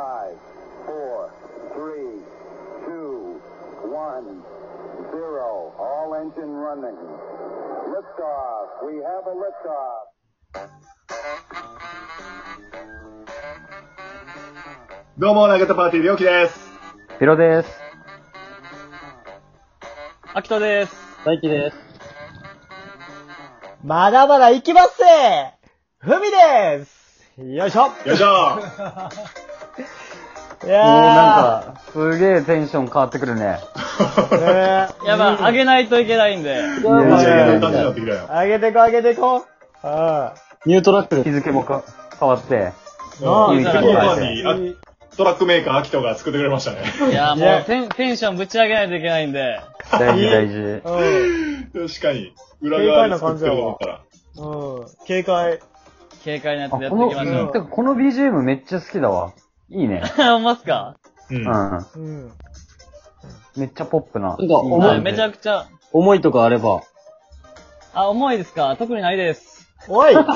5, 4, 3, 2, 1, 0. All engine running. Liftoff. We have a liftoff. どうも、ナゲットパーティーでよきです。 ピロです。 秋田です。 大輝です。 まだまだ行きますぜふみです。よいしょ。 よいしょ。 いやー。 もうなんか、すげえテンション変わってくるね。 やばい、上げないといけないんで。 めっちゃ上げた感じになってきたよ。 上げてこ上げてこ。 ニュートラックで日付も変わって。 いい日付も変わって。トラックメーカー、アキトが作ってくれましたね。 いや、もうテンションぶち上げないといけないんで。 大事大事。 確かに。裏側で作ってると思ったら。 警戒のやつでやっていきましょう。 この BGM めっちゃ好きだわ。いいね。 ほんますか？ うん。めっちゃポップな。 めちゃくちゃ。 思いとかあれば。 あ、重いですか？特にないです。 おいない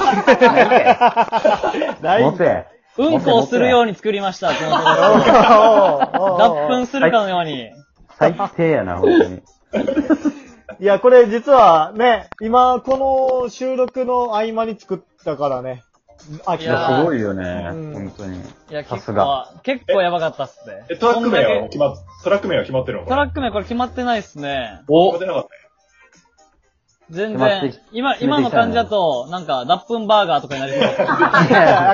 持て。 うんこをするように作りました、この脱粉するかのように。 最低やな、本当に。 いや、これ実はね、今、この収録の合間に作ったからね。 いや、すごいよね、本当に。いや、結構やばかったっすね。 トラック名は決まってるの？ トラック名これ決まってないっすね。 決まってなかったね。 全然、今の感じだと、なんか、脱粉バーガーとかになりそうだった。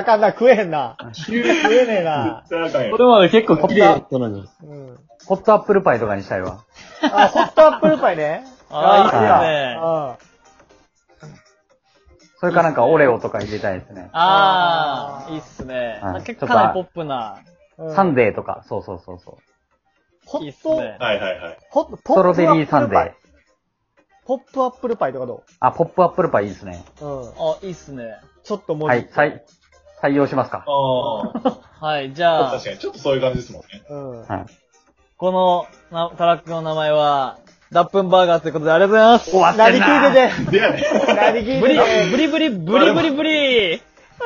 あかんな、食えへんな。食えねえな。 これまで結構綺麗だったのに。 ホットアップルパイとかにしたいわ。 あ、ホットアップルパイね。 あ、いいっすね。 それかなんかオレオとか入れたいですね。 ああ、いいっすね。結構かなりポップな。 サンデーとか、そう。 いいっすね。 はい。 ストロベリーサンデー。 ポップアップルパイとかどう？ あ、ポップアップルパイいいですね。 あ、いいっすね。 ちょっと文字。 はい、採用しますか。 はい、じゃあ。 確かに、ちょっとそういう感じですもんね。 はい。 このトラックの名前は、脱粉バーガーということでありがとうございます。 終わってんな。 何聞いてて。 でやね。 何聞いてて。 ブリ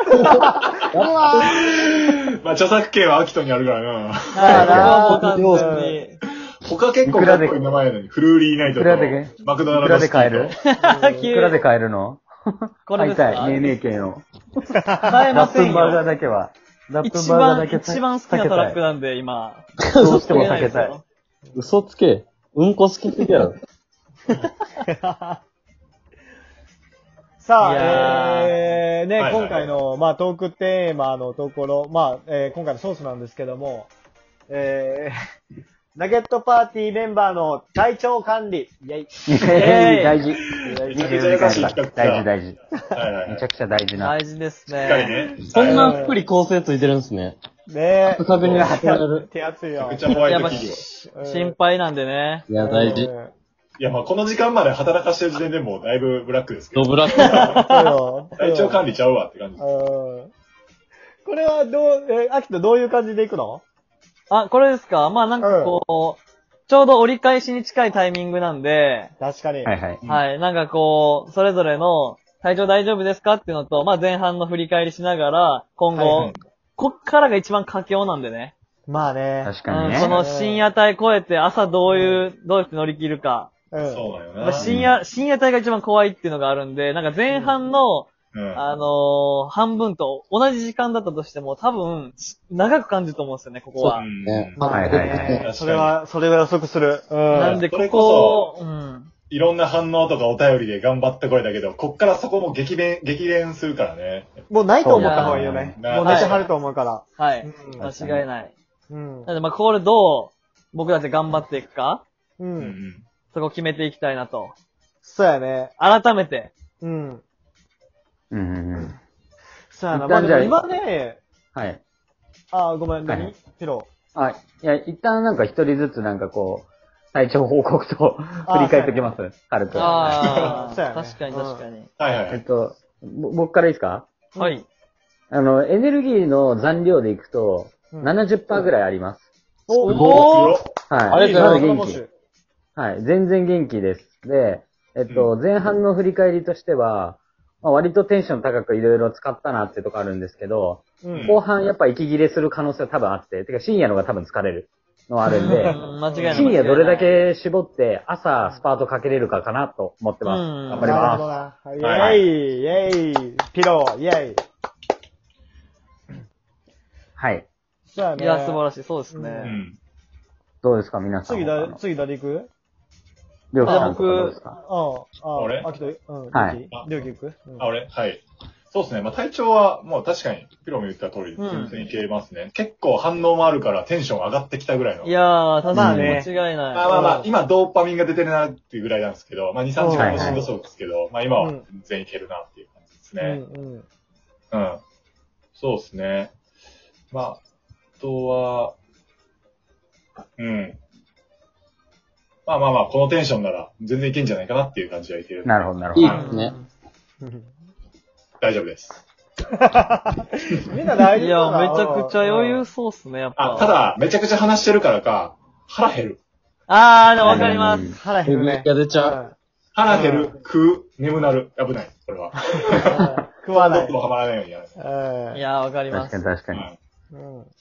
まあ、著作権はアキトにあるからな。他結構かっこいい名前なのに、フルーリーナイトとマクドナルドで買える？いくらで買えるの？ これですか？ 買いたい、ねえけの。 買えませんよ。 脱粉バーガーだけは。 一番好きなトラックなんで、今。 どうしても避けたい。 嘘つけ。うんこ好きすぎやろ。 さあ、今回の、トークテーマのところ、今回のソースなんですけども、ナゲットパーティーメンバーの体調管理。イェイ。 大事。 めちゃくちゃ優しい企画。 大事。めちゃくちゃ大事な。 大事ですね。 そんな福利厚生ついてるんですね。 ねえ。 確認が始まる。 手厚いよ。 めちゃくちゃホワイト企業。 心配なんでね。 いや、大事。 いや、この時間まで働かしてる時点でもうだいぶブラックですけど。 ブラック。 体調管理ちゃうわって感じ。 これは秋田どういう感じでいくの？ あ、これですか？なんかこう、ちょうど折り返しに近いタイミングなんで、 確かに。 はい、なんかこう、それぞれの体調大丈夫ですかっていうのと、前半の振り返りしながら、今後、こっからが一番佳境なんでね。 まあね。 確かにね。 その深夜帯超えて朝どうやって乗り切るか。 そうだよな。 深夜帯が一番怖いっていうのがあるんで、なんか前半の、半分と同じ時間だったとしても、多分、長く感じると思うんですよね、ここは。 それは予測する。 なんで、ここ、 いろんな反応とかお便りで頑張ってこれたけど、こっからそこも激減するからね。 もうないと思った方がいいよね。もう寝てはると思うから。 はい。間違いない。なんで、これどう、僕たち頑張っていくかそこ決めていきたいなと。 そうやね。 改めて。 そうやな。今ね、 はい。 ごめん、何？ピロー。いや、一旦なんか一人ずつなんかこう、体調報告と振り返っておきます。軽く。 確かに。 はい。 僕からいいですか？ はい。 エネルギーの残量でいくと、70% ぐらいあります。 おー！ はい。 ありがとうございます。 はい。全然元気です。で、前半の振り返りとしては、割とテンション高くいろいろ使ったなってとこあるんですけど、 後半やっぱ息切れする可能性は多分あって、てか深夜のが多分疲れるのはあるんで、 間違いない。 深夜どれだけ絞って朝スパートかけれるかかなと思ってます。頑張りなるほどまな。イェイイェイピローイェイす。はい。 そうやね。 いや、素晴らしい。そうですね。 うん。 どうですか皆さん。 次誰行く？ りょうきさんとかどうですか？ 俺秋と、 はい。 りょうき行く？ 俺はい。そうですね。まあ体調はもう確かに、ピロも言った通り、全然いけますね。結構反応もあるからテンション上がってきたぐらいの。 いやー、確かに間違いない。 まあ、今ドーパミンが出てるなっていうぐらいなんですけど、まあ2、3時間もしんどそうですけど、まあ今は全然いけるなっていう感じですね。そうですね。まあ、あとは、まあ、このテンションなら全然いけんじゃないかなっていう感じはいける。 なるほど、なるほど。 いいですね。 大丈夫です。 みんな大丈夫。 いや、めちゃくちゃ余裕そうっすね、やっぱ。 ただ、めちゃくちゃ話してるからか、腹減る。 でもわかります。 腹減るね。 が出ちゃう。 腹減る、食う、眠なる。危ない、これは。 食わない。 どっともはまらないようにやる。 いや、わかります。 確かに。 じ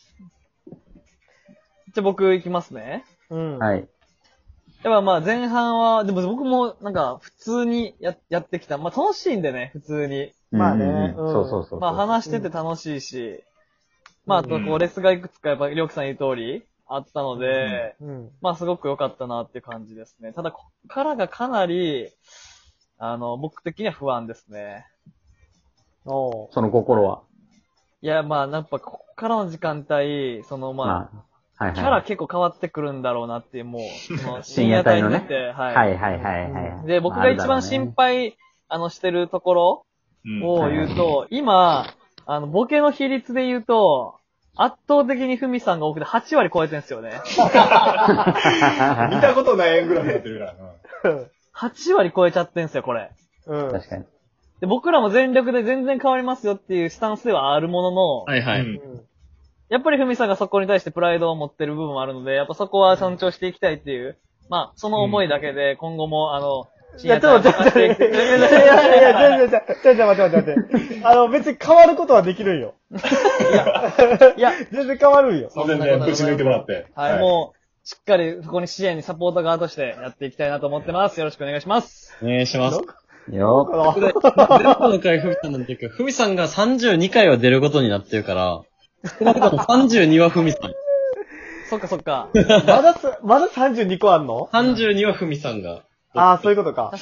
ゃあ僕行きますね。 はい。 やっぱまあ前半は、でも僕もなんか普通にやってきた。まあ楽しいんでね、普通に。 まあね。 そう。 まあ話してて楽しいし、まああとこうレスがいくつかやっぱりりょうきさん言う通りあったので、まあすごく良かったなっていう感じですね。ただこっからがかなり、僕的には不安ですね。 その心は。 いやまあやっぱこっからの時間帯、キャラ結構変わってくるんだろうなっていう、もう、その深夜帯に出て、はい。で、僕が一番心配、してるところを言うと、今、ボケの比率で言うと、圧倒的にふみさんが多くて8割超えてるんですよね。 見たことない円グラフになってるからな。 8割超えちゃってんすよ、これ。 確かに。 で、僕らも全力で全然変わりますよっていうスタンスではあるものの、 はいはい。 やっぱりふみさんがそこに対してプライドを持ってる部分もあるので、やっぱそこは尊重していきたいっていう、まあ、その思いだけで今後も、 いや、ちょっと待って。いや、ちょっと待って。別に変わることはできるんよ。いや、全然変わるんよ。 全然ぶち抜いてもらって。 はい、もう、しっかりそこに支援にサポート側としてやっていきたいなと思ってます。よろしくお願いします。 お願いします。 よっ。ゼロの回ふみさんなんていうか、ふみさんが32回は出ることになってるから、少なくとも32はふみさん。 そっかそっか。 まだ32個あんの？ 32はふみさんが。 そういうことか。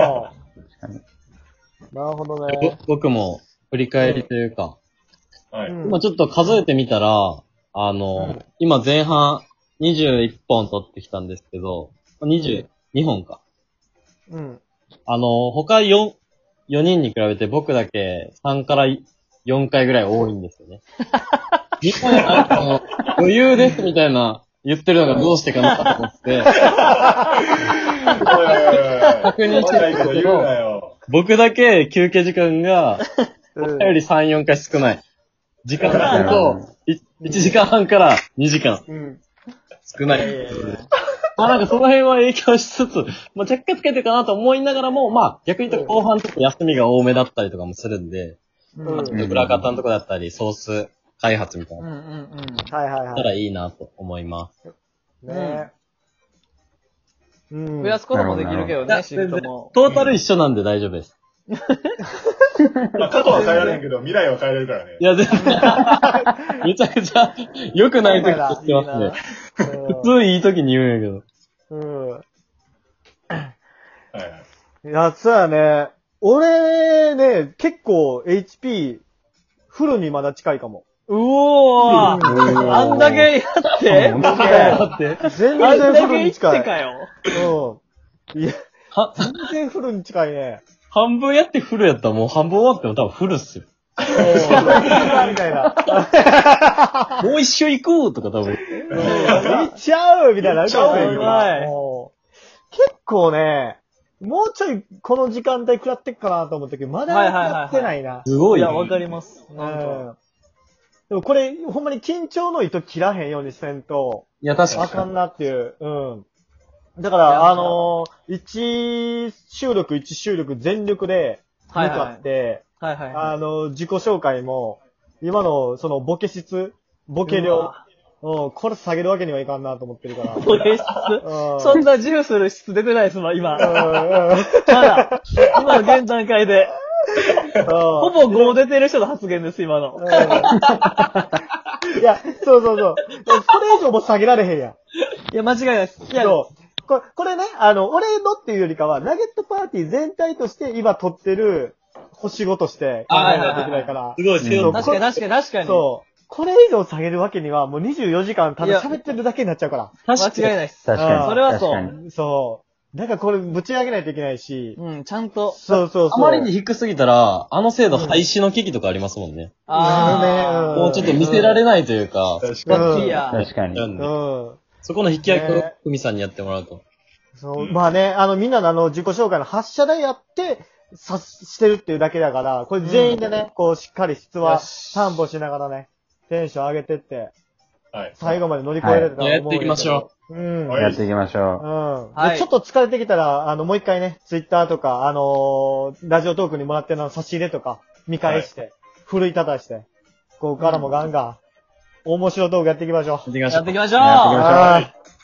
なるほどね。 僕も振り返りというか、今ちょっと数えてみたら、今前半21本取ってきたんですけど、22本か。他4人に比べて僕だけ3から4回ぐらい多いんですよね。みんな余裕ですみたいな言ってるのがどうしてかなと思って、確認してるんですけど、僕だけ休憩時間が、他より3、4回少ない。時間がと、1時間半から2時間。少ない。なんかその辺は影響しつつ、若干つけてるかなと思いながらも、逆に言うと後半ちょっと休みが多めだったりとかもするんで、ちょっと裏方のとこだったり、ソース開発みたいな。したらいいなと思います。 ね増やすこともできるけどね、シフトも。 トータル一緒なんで大丈夫です。 過去は変えられんけど、未来は変えれるからね。 いや、全然。めちゃくちゃ良くない時って言ってますね。普通いい時に言うんやけど。 いや、そうやね。俺ね、結構 HP フルにまだ近いかも。 うおー、あんだけやって、 全然フルに近い。 かよ。 いや、全然フルに近いね。 半分やってフルやったらもう半分終わっても多分フルっすよ。 みたいな。 もう一緒行こうとか多分。 行っちゃうみたいな。結構ね、もうちょいこの時間帯食らってっかなと思ったけど、まだやってないな。 すごい。 いや、わかります。 でもこれ、ほんまに緊張の糸切らへんようにせんと、 いや、確かに。 あかんなっていう。だから、1収録1収録全力で向かって、自己紹介も、 今の、その、ボケ質、ボケ量、これ下げるわけにはいかんなと思ってるから。 ボケ質そんな自由する質出てないですもん、今。まだ。今の現段階で。ほぼ5出てる人の発言です、今の。 いや、そう。これ以上も下げられへんやん。 いや、間違いないです。いや、 これね、俺のっていうよりかは、ナゲットパーティー全体として今撮ってる仕事して考えないといけないから。 すごい、 確かに。 そう。これ以上下げるわけには、もう24時間ただ喋ってるだけになっちゃうから。 間違いないです。 確かに。 それはそう。 そう。だからこれぶち上げないといけないし。 ちゃんと。 そう。 あまりに低すぎたら、制度廃止の危機とかありますもんね。もうちょっと見せられないというか。 確かに。 そこの引き上げをふみさんにやってもらうと。 そう、まあね、みんなの自己紹介の発射台やって、してるっていうだけだから、これ全員でね、こうしっかり質は担保しながらね、テンション上げてって、最後まで乗り越えれたらやっていきましょう。 やっていきましょう。ちょっと疲れてきたら、もう一回ね、ツイッターとか、ラジオトークにもらってる差し入れとか、見返して、奮い立たして、ここからもガンガン、面白トークやっていきましょう。 やっていきましょう。